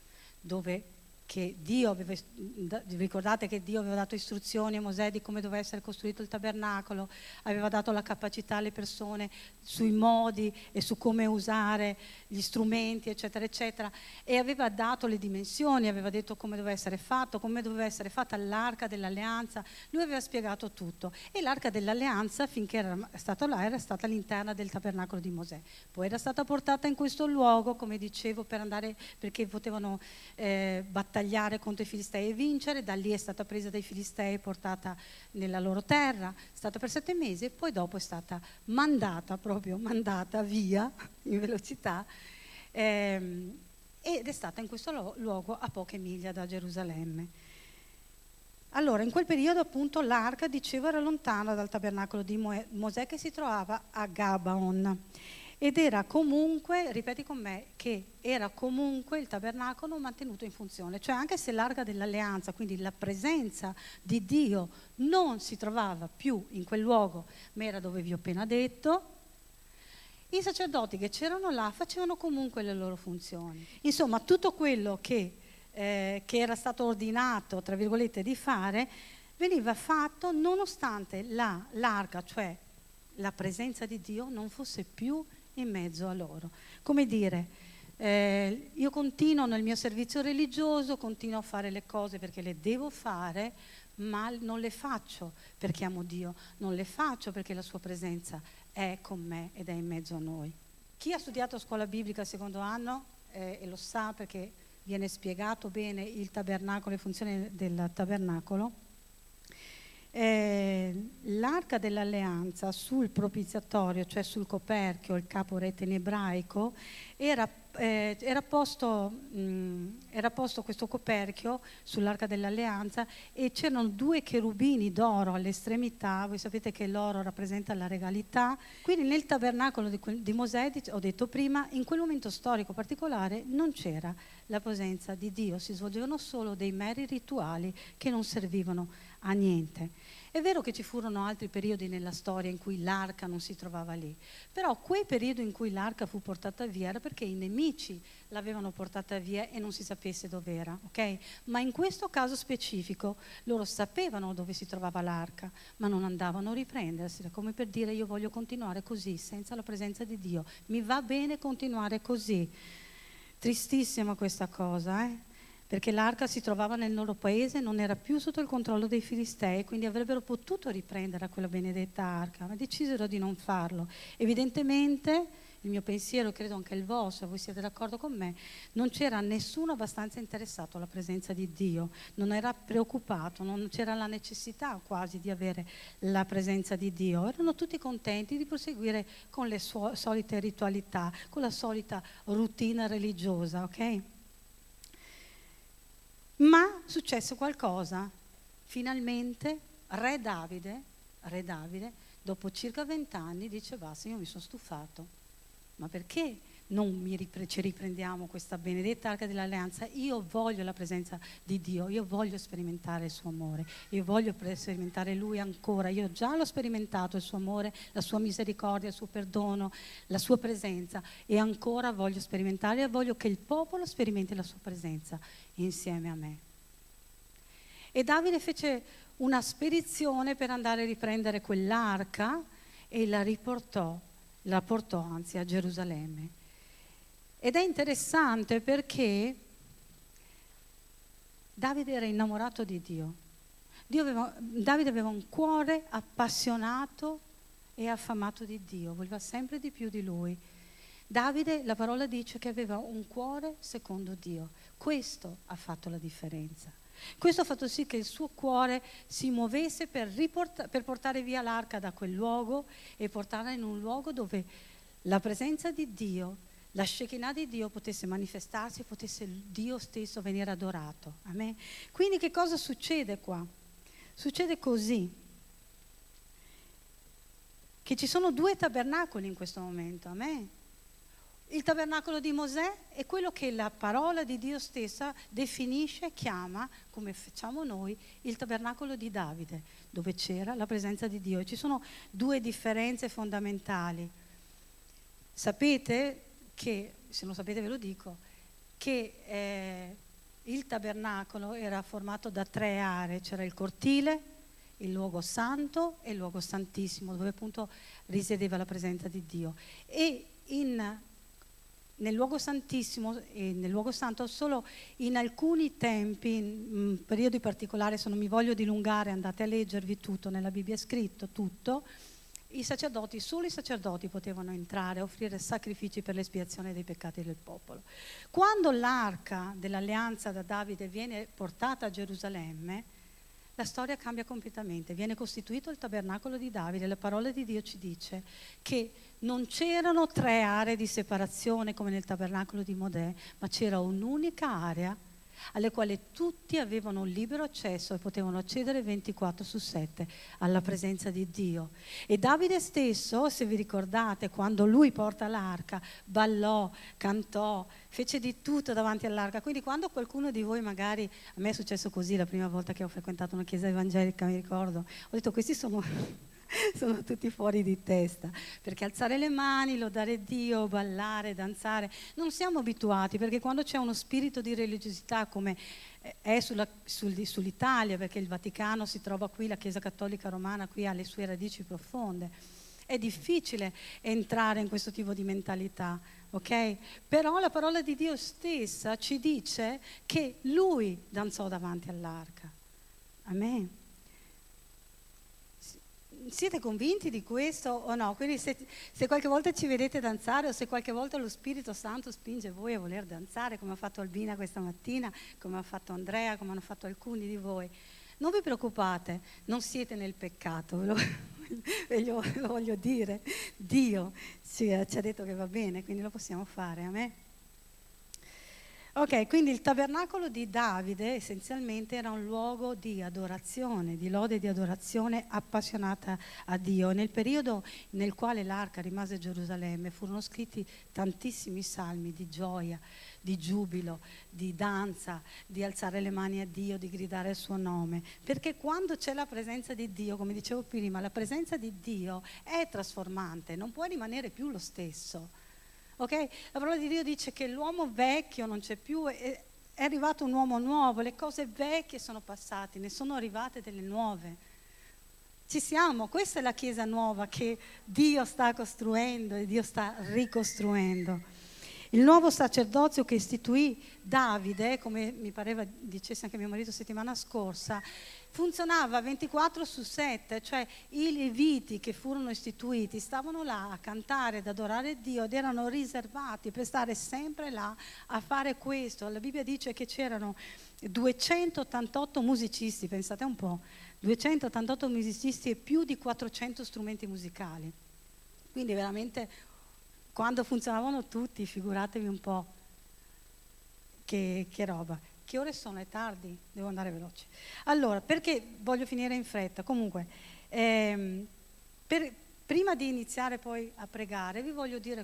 ricordate che Dio aveva dato istruzioni a Mosè di come doveva essere costruito il tabernacolo, aveva dato la capacità alle persone sui modi e su come usare gli strumenti, eccetera, eccetera, e aveva dato le dimensioni, aveva detto come doveva essere fatto, come doveva essere fatta l'arca dell'alleanza. Lui aveva spiegato tutto, e l'arca dell'alleanza, finché era stata là, era stata all'interno del tabernacolo di Mosè. Poi era stata portata in questo luogo, come dicevo, perché potevano battagliare contro i Filistei e vincere. Da lì è stata presa dai Filistei e portata nella loro terra, è stata per 7 mesi e poi dopo è stata mandata via in velocità ed è stata in questo luogo a poche miglia da Gerusalemme. Allora, in quel periodo appunto l'arca, dicevo, era lontana dal tabernacolo di Mosè che si trovava a Gabaon. ed era comunque, ripeti con me, che era comunque il tabernacolo mantenuto in funzione, cioè anche se l'Arca dell'Alleanza, quindi la presenza di Dio, non si trovava più in quel luogo, ma era dove vi ho appena detto, i sacerdoti che c'erano là facevano comunque le loro funzioni. Insomma, tutto quello che era stato ordinato, tra virgolette, di fare, veniva fatto nonostante l'arca, cioè la presenza di Dio, non fosse più in mezzo a loro. Come dire, io continuo nel mio servizio religioso, continuo a fare le cose perché le devo fare, ma non le faccio perché amo Dio, non le faccio perché la sua presenza è con me ed è in mezzo a noi. Chi ha studiato a scuola biblica il secondo anno e lo sa perché viene spiegato bene il tabernacolo, le funzioni del tabernacolo, l'arca dell'alleanza sul propiziatorio, cioè sul coperchio, il caporete in ebraico, era posto questo coperchio sull'arca dell'alleanza e c'erano 2 cherubini d'oro all'estremità. Voi sapete che l'oro rappresenta la regalità, quindi nel tabernacolo di Mosè, ho detto prima, in quel momento storico particolare non c'era la presenza di Dio, si svolgevano solo dei meri rituali che non servivano a niente. È vero che ci furono altri periodi nella storia in cui l'arca non si trovava lì, però quel periodo in cui l'arca fu portata via era perché i nemici l'avevano portata via e non si sapesse dov'era, ok? Ma in questo caso specifico loro sapevano dove si trovava l'arca, ma non andavano a riprendersela, come per dire: io voglio continuare così, senza la presenza di Dio, mi va bene continuare così. Tristissima questa cosa, perché l'arca si trovava nel loro paese, non era più sotto il controllo dei Filistei, quindi avrebbero potuto riprendere quella benedetta arca, ma decisero di non farlo. Evidentemente, il mio pensiero, credo anche il vostro, voi siete d'accordo con me, non c'era nessuno abbastanza interessato alla presenza di Dio, non era preoccupato, non c'era la necessità quasi di avere la presenza di Dio, erano tutti contenti di proseguire con le solite ritualità, con la solita routine religiosa, ok? Ma successe qualcosa. Finalmente re Davide, dopo circa 20 anni, dice: basta, io mi sono stufato. Ma perché non ci riprendiamo questa benedetta arca dell'alleanza? Io voglio la presenza di Dio, io voglio sperimentare il suo amore, io voglio sperimentare Lui ancora. Io già l'ho sperimentato, il suo amore, la sua misericordia, il suo perdono, la sua presenza, e ancora voglio sperimentare, e voglio che il popolo sperimenti la sua presenza insieme a me. E Davide fece una spedizione per andare a riprendere quell'arca e la portò a Gerusalemme. Ed è interessante perché Davide era innamorato di Dio. Davide aveva un cuore appassionato e affamato di Dio, voleva sempre di più di Lui. Davide, la parola dice che aveva un cuore secondo Dio. Questo ha fatto la differenza. Questo ha fatto sì che il suo cuore si muovesse per portare via l'arca da quel luogo e portarla in un luogo dove la presenza di Dio, la Shekinah di Dio potesse manifestarsi e potesse Dio stesso venire adorato. Amen. Quindi che cosa succede qua? Succede così, che ci sono 2 tabernacoli in questo momento. Amen. Il tabernacolo di Mosè è quello che la parola di Dio stessa definisce, chiama, come facciamo noi, il tabernacolo di Davide, dove c'era la presenza di Dio. E ci sono 2 differenze fondamentali. Sapete che, se non sapete ve lo dico, che il tabernacolo era formato da 3 aree: c'era il cortile, il luogo santo e il luogo santissimo, dove appunto risiedeva la presenza di Dio. E nel luogo santissimo e nel luogo santo solo in alcuni tempi, in periodi particolari, se non mi voglio dilungare andate a leggervi tutto, nella Bibbia è scritto tutto, solo i sacerdoti potevano entrare a offrire sacrifici per l'espiazione dei peccati del popolo. Quando l'arca dell'alleanza da Davide viene portata a Gerusalemme, la storia cambia completamente, viene costituito il tabernacolo di Davide. La parola di Dio ci dice che non c'erano 3 aree di separazione come nel tabernacolo di Mosè, ma c'era un'unica area alle quali tutti avevano un libero accesso e potevano accedere 24/7 alla presenza di Dio. E Davide stesso, se vi ricordate, quando lui porta l'arca, ballò, cantò, fece di tutto davanti all'arca. Quindi quando qualcuno di voi magari, a me è successo così la prima volta che ho frequentato una chiesa evangelica, mi ricordo, ho detto questi sono tutti fuori di testa, perché alzare le mani, lodare Dio, ballare, danzare, non siamo abituati, perché quando c'è uno spirito di religiosità come è sull'Italia, perché il Vaticano si trova qui, la Chiesa Cattolica Romana qui ha le sue radici profonde, è difficile entrare in questo tipo di mentalità, ok? Però la parola di Dio stessa ci dice che lui danzò davanti all'arca. Amen. Siete convinti di questo o no? Quindi se qualche volta ci vedete danzare o se qualche volta lo Spirito Santo spinge voi a voler danzare, come ha fatto Albina questa mattina, come ha fatto Andrea, come hanno fatto alcuni di voi, non vi preoccupate, non siete nel peccato, ve lo voglio dire. Dio ci ha detto che va bene, quindi lo possiamo fare, amen? Ok, quindi il tabernacolo di Davide essenzialmente era un luogo di adorazione, di lode e di adorazione appassionata a Dio. Nel periodo nel quale l'arca rimase a Gerusalemme furono scritti tantissimi salmi di gioia, di giubilo, di danza, di alzare le mani a Dio, di gridare il suo nome. Perché quando c'è la presenza di Dio, come dicevo prima, la presenza di Dio è trasformante, non può rimanere più lo stesso. Okay? La parola di Dio dice che l'uomo vecchio non c'è più, è arrivato un uomo nuovo, le cose vecchie sono passate, ne sono arrivate delle nuove. Ci siamo, questa è la Chiesa nuova che Dio sta costruendo e Dio sta ricostruendo. Il nuovo sacerdozio che istituì Davide, come mi pareva dicesse anche mio marito settimana scorsa, funzionava 24/7, cioè i leviti che furono istituiti stavano là a cantare, ad adorare Dio ed erano riservati per stare sempre là a fare questo. La Bibbia dice che c'erano 288 musicisti, pensate un po', 288 musicisti e più di 400 strumenti musicali. Quindi veramente quando funzionavano tutti, figuratevi un po' che roba. Che ore sono? È tardi? Devo andare veloce. Allora, perché voglio finire in fretta? Comunque, prima di iniziare poi a pregare, vi voglio dire...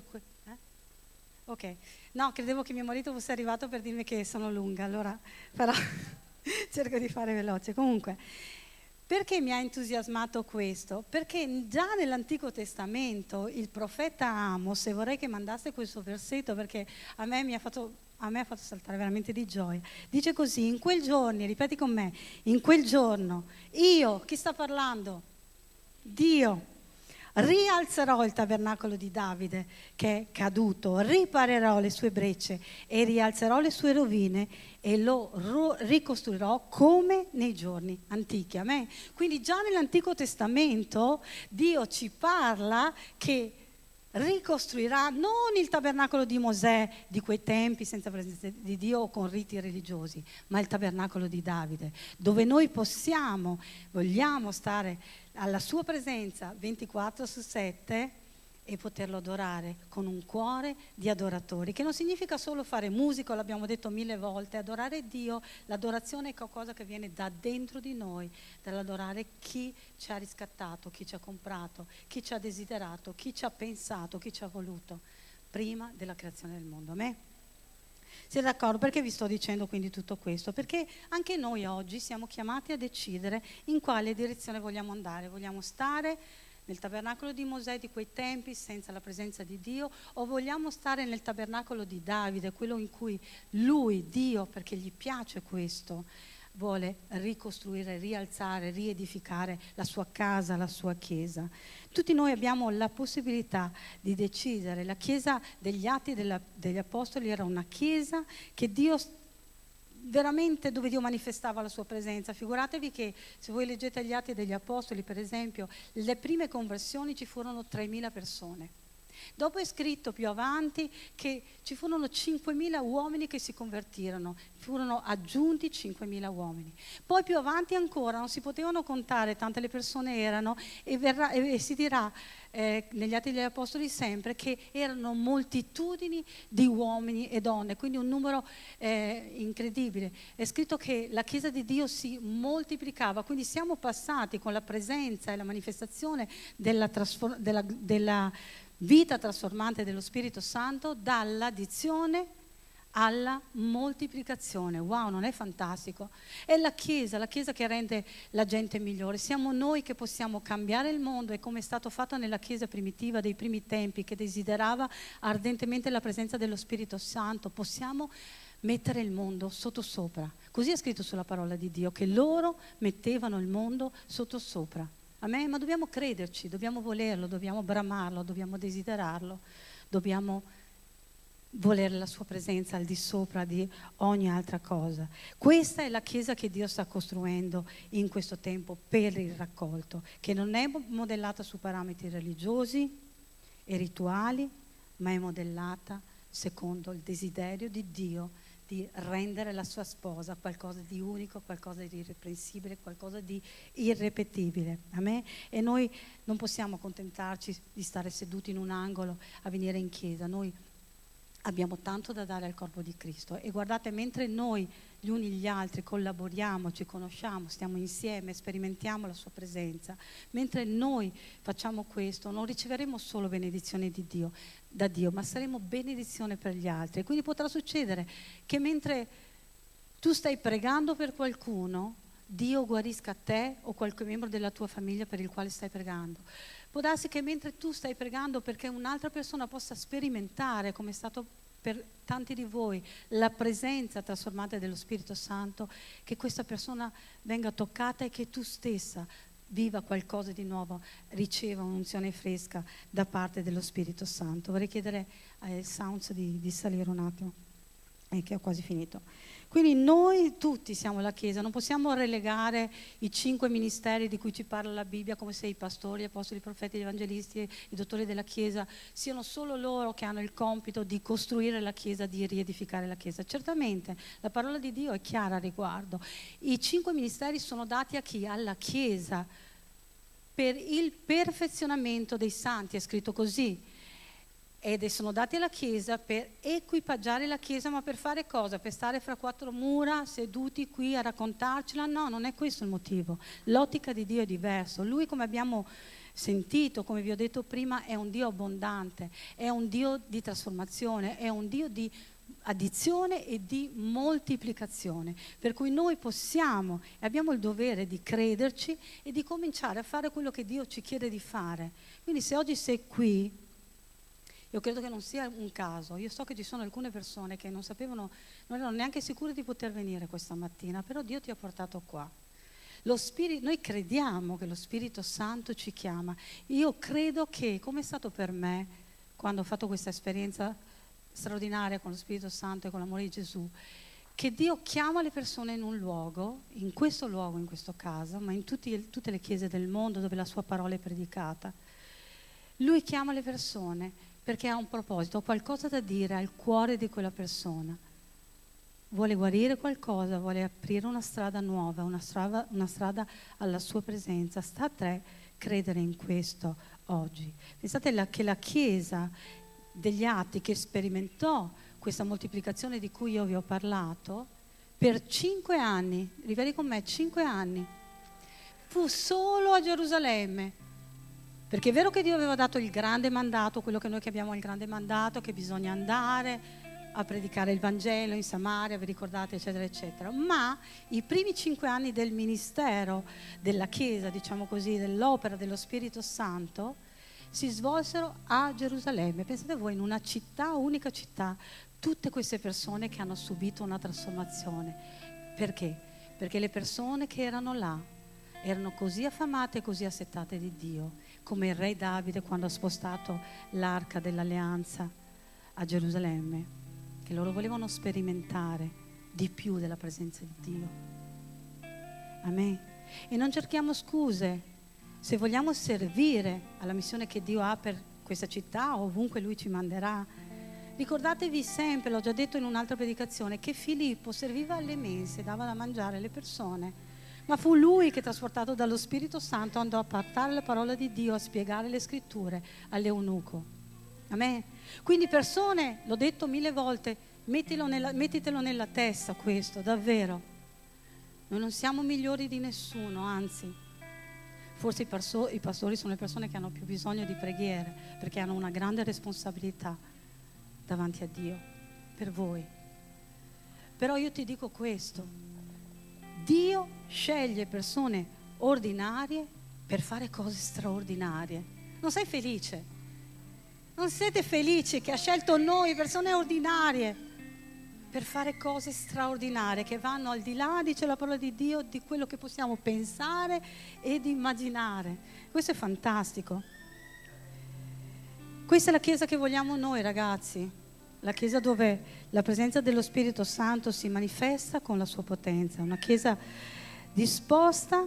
Ok, no, credevo che mio marito fosse arrivato per dirmi che sono lunga, allora però cerco di fare veloce. Comunque, perché mi ha entusiasmato questo? Perché già nell'Antico Testamento il profeta Amos, e vorrei che mandasse questo versetto perché a me ha fatto saltare veramente di gioia, dice così: in quel giorno, ripeti con me, in quel giorno io, chi sta parlando? Dio. Rialzerò il tabernacolo di Davide che è caduto, riparerò le sue brecce e rialzerò le sue rovine e lo ricostruirò come nei giorni antichi. Amen. Quindi già nell'Antico Testamento Dio ci parla che ricostruirà non il tabernacolo di Mosè di quei tempi senza presenza di Dio o con riti religiosi, ma il tabernacolo di Davide, dove noi vogliamo stare alla sua presenza 24/7 e poterlo adorare con un cuore di adoratori, che non significa solo fare musica, l'abbiamo detto 1000 volte. Adorare Dio, l'adorazione è qualcosa che viene da dentro di noi, dall'adorare chi ci ha riscattato, chi ci ha comprato, chi ci ha desiderato, chi ci ha pensato, chi ci ha voluto prima della creazione del mondo. Amen? Siete d'accordo? Perché vi sto dicendo quindi tutto questo? Perché anche noi oggi siamo chiamati a decidere in quale direzione vogliamo andare. Vogliamo stare nel tabernacolo di Mosè di quei tempi senza la presenza di Dio, o vogliamo stare nel tabernacolo di Davide, quello in cui lui, Dio, perché gli piace questo, vuole ricostruire, rialzare, riedificare la sua casa, la sua chiesa. Tutti noi abbiamo la possibilità di decidere. La chiesa degli Atti degli Apostoli era una chiesa che Dio veramente, dove Dio manifestava la sua presenza. Figuratevi che se voi leggete gli Atti degli Apostoli, per esempio, le prime conversioni ci furono 3.000 persone. Dopo è scritto più avanti che ci furono 5.000 uomini che si convertirono, furono aggiunti 5.000 uomini. Poi più avanti ancora non si potevano contare, tante le persone erano, e si dirà negli Atti degli Apostoli sempre che erano moltitudini di uomini e donne, quindi un numero incredibile. È scritto che la Chiesa di Dio si moltiplicava, quindi siamo passati con la presenza e la manifestazione della vita trasformante dello Spirito Santo dall'addizione alla moltiplicazione. Wow, non è fantastico? È la Chiesa che rende la gente migliore. Siamo noi che possiamo cambiare il mondo, e come è stato fatto nella Chiesa primitiva dei primi tempi, che desiderava ardentemente la presenza dello Spirito Santo, possiamo mettere il mondo sottosopra. Così è scritto sulla parola di Dio, che loro mettevano il mondo sottosopra. Amen? Ma dobbiamo crederci, dobbiamo volerlo, dobbiamo bramarlo, dobbiamo desiderarlo, dobbiamo volere la sua presenza al di sopra di ogni altra cosa. Questa è la Chiesa che Dio sta costruendo in questo tempo per il raccolto, che non è modellata su parametri religiosi e rituali, ma è modellata secondo il desiderio di Dio di rendere la sua sposa qualcosa di unico, qualcosa di irreprensibile, qualcosa di irrepetibile. Amen? E noi non possiamo accontentarci di stare seduti in un angolo a venire in chiesa. Noi abbiamo tanto da dare al corpo di Cristo, e guardate, mentre noi gli uni gli altri collaboriamo, ci conosciamo, stiamo insieme, sperimentiamo la sua presenza, mentre noi facciamo questo non riceveremo solo benedizione di Dio, da Dio, ma saremo benedizione per gli altri. E quindi potrà succedere che mentre tu stai pregando per qualcuno, Dio guarisca te o qualche membro della tua famiglia per il quale stai pregando. Può darsi che mentre tu stai pregando perché un'altra persona possa sperimentare, come è stato per tanti di voi, la presenza trasformata dello Spirito Santo, che questa persona venga toccata e che tu stessa viva qualcosa di nuovo, riceva un'unzione fresca da parte dello Spirito Santo. Vorrei chiedere ai Sounds di salire un attimo, che ho quasi finito. Quindi noi tutti siamo la Chiesa, non possiamo relegare i 5 ministeri di cui ci parla la Bibbia, come se i pastori, gli apostoli, i profeti, gli evangelisti, i dottori della Chiesa siano solo loro che hanno il compito di costruire la Chiesa, di riedificare la Chiesa. Certamente la parola di Dio è chiara a riguardo. I 5 ministeri sono dati a chi? Alla Chiesa, per il perfezionamento dei santi, è scritto così. Ed sono dati alla Chiesa per equipaggiare la Chiesa, ma per fare cosa? Per stare fra 4 mura seduti qui a raccontarcela? No, non è questo il motivo. L'ottica di Dio è diversa. Lui, come abbiamo sentito, come vi ho detto prima, è un Dio abbondante, è un Dio di trasformazione, è un Dio di addizione e di moltiplicazione, per cui noi possiamo e abbiamo il dovere di crederci e di cominciare a fare quello che Dio ci chiede di fare. Quindi se oggi sei qui, io credo che non sia un caso. Io so che ci sono alcune persone che non sapevano, non erano neanche sicure di poter venire questa mattina, però Dio ti ha portato qua. Noi crediamo che lo Spirito Santo ci chiama. Io credo che, come è stato per me, quando ho fatto questa esperienza straordinaria con lo Spirito Santo e con l'amore di Gesù, che Dio chiama le persone in un luogo, in questo caso, ma in tutte le chiese del mondo dove la sua parola è predicata. Lui chiama le persone perché ha un proposito, ha qualcosa da dire al cuore di quella persona. Vuole guarire qualcosa, vuole aprire una strada nuova, una strada alla sua presenza. Sta a te credere in questo oggi. Pensate che la Chiesa degli Atti, che sperimentò questa moltiplicazione di cui io vi ho parlato, per 5 anni, rivedi con me, 5 anni, fu solo a Gerusalemme. Perché è vero che Dio aveva dato il grande mandato, quello che noi abbiamo il grande mandato, che bisogna andare a predicare il Vangelo in Samaria, vi ricordate, eccetera, eccetera. Ma i primi 5 anni del ministero della Chiesa, diciamo così, dell'opera dello Spirito Santo, si svolsero a Gerusalemme. Pensate voi, in una città, unica città, tutte queste persone che hanno subito una trasformazione. Perché? Perché le persone che erano là erano così affamate e così assetate di Dio, come il re Davide quando ha spostato l'arca dell'alleanza a Gerusalemme, che loro volevano sperimentare di più della presenza di Dio. Amen. E non cerchiamo scuse. Se vogliamo servire alla missione che Dio ha per questa città, ovunque Lui ci manderà. Ricordatevi sempre, l'ho già detto in un'altra predicazione, che Filippo serviva alle mense, dava da mangiare alle persone, ma fu lui che, trasportato dallo Spirito Santo, andò a portare la parola di Dio, a spiegare le scritture all'eunuco. Amen. Quindi persone, l'ho detto 1000 volte, mettitelo nella testa questo, davvero. Noi non siamo migliori di nessuno, anzi, forse i pastori sono le persone che hanno più bisogno di preghiere, perché hanno una grande responsabilità davanti a Dio, per voi. Però io ti dico questo: Dio sceglie persone ordinarie per fare cose straordinarie. Non sei felice? Non siete felici che ha scelto noi, persone ordinarie, per fare cose straordinarie che vanno al di là, dice la parola di Dio, di quello che possiamo pensare ed immaginare. Questo è fantastico. Questa è la Chiesa che vogliamo noi, ragazzi, la Chiesa dove la presenza dello Spirito Santo si manifesta con la sua potenza, una Chiesa disposta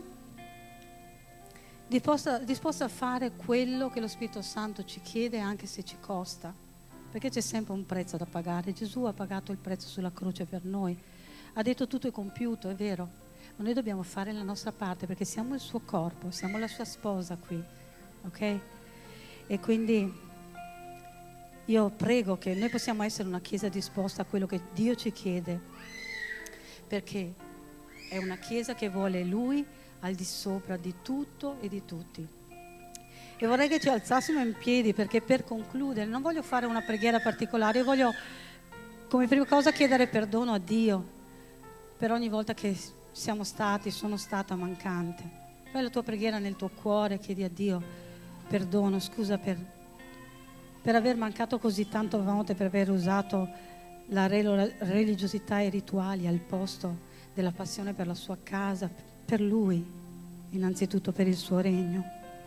a fare quello che lo Spirito Santo ci chiede, anche se ci costa, perché c'è sempre un prezzo da pagare. Gesù ha pagato il prezzo sulla croce per noi, ha detto tutto è compiuto, è vero, ma noi dobbiamo fare la nostra parte, perché siamo il suo corpo, siamo la sua sposa qui, ok? E quindi io prego che noi possiamo essere una Chiesa disposta a quello che Dio ci chiede, perché è una Chiesa che vuole Lui al di sopra di tutto e di tutti. E vorrei che ci alzassimo in piedi, perché per concludere non voglio fare una preghiera particolare, io voglio come prima cosa chiedere perdono a Dio per ogni volta che sono stata mancante. Fai la tua preghiera nel tuo cuore, chiedi a Dio perdono, scusa per aver mancato così tante volte, per aver usato la religiosità e i rituali al posto della passione per la sua casa, per Lui, innanzitutto per il suo regno.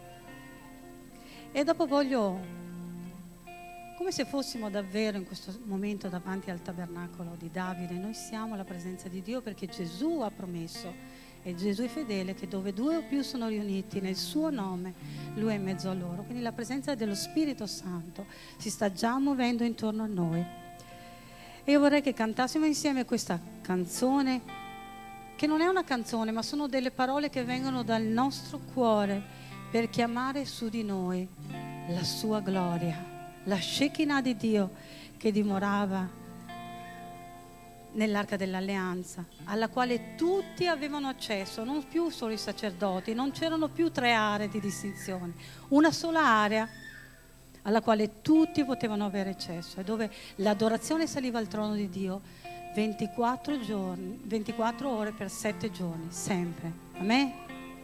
E dopo voglio, come se fossimo davvero in questo momento davanti al tabernacolo di Davide, noi siamo la presenza di Dio, perché Gesù ha promesso, e Gesù è fedele, che dove 2 o più sono riuniti nel suo nome, Lui è in mezzo a loro. Quindi la presenza dello Spirito Santo si sta già muovendo intorno a noi. E io vorrei che cantassimo insieme questa canzone, che non è una canzone, ma sono delle parole che vengono dal nostro cuore per chiamare su di noi la sua gloria, la Shekinah di Dio che dimorava nell'arca dell'alleanza, alla quale tutti avevano accesso, non più solo i sacerdoti, non c'erano più 3 aree di distinzione, una sola area alla quale tutti potevano avere accesso, e dove l'adorazione saliva al trono di Dio 24 ore per 7 giorni, sempre. Amen?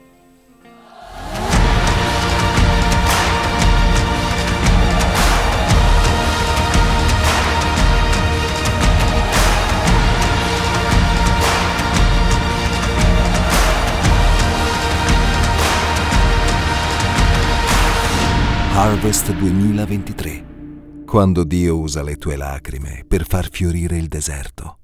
Harvest 2023, quando Dio usa le tue lacrime per far fiorire il deserto.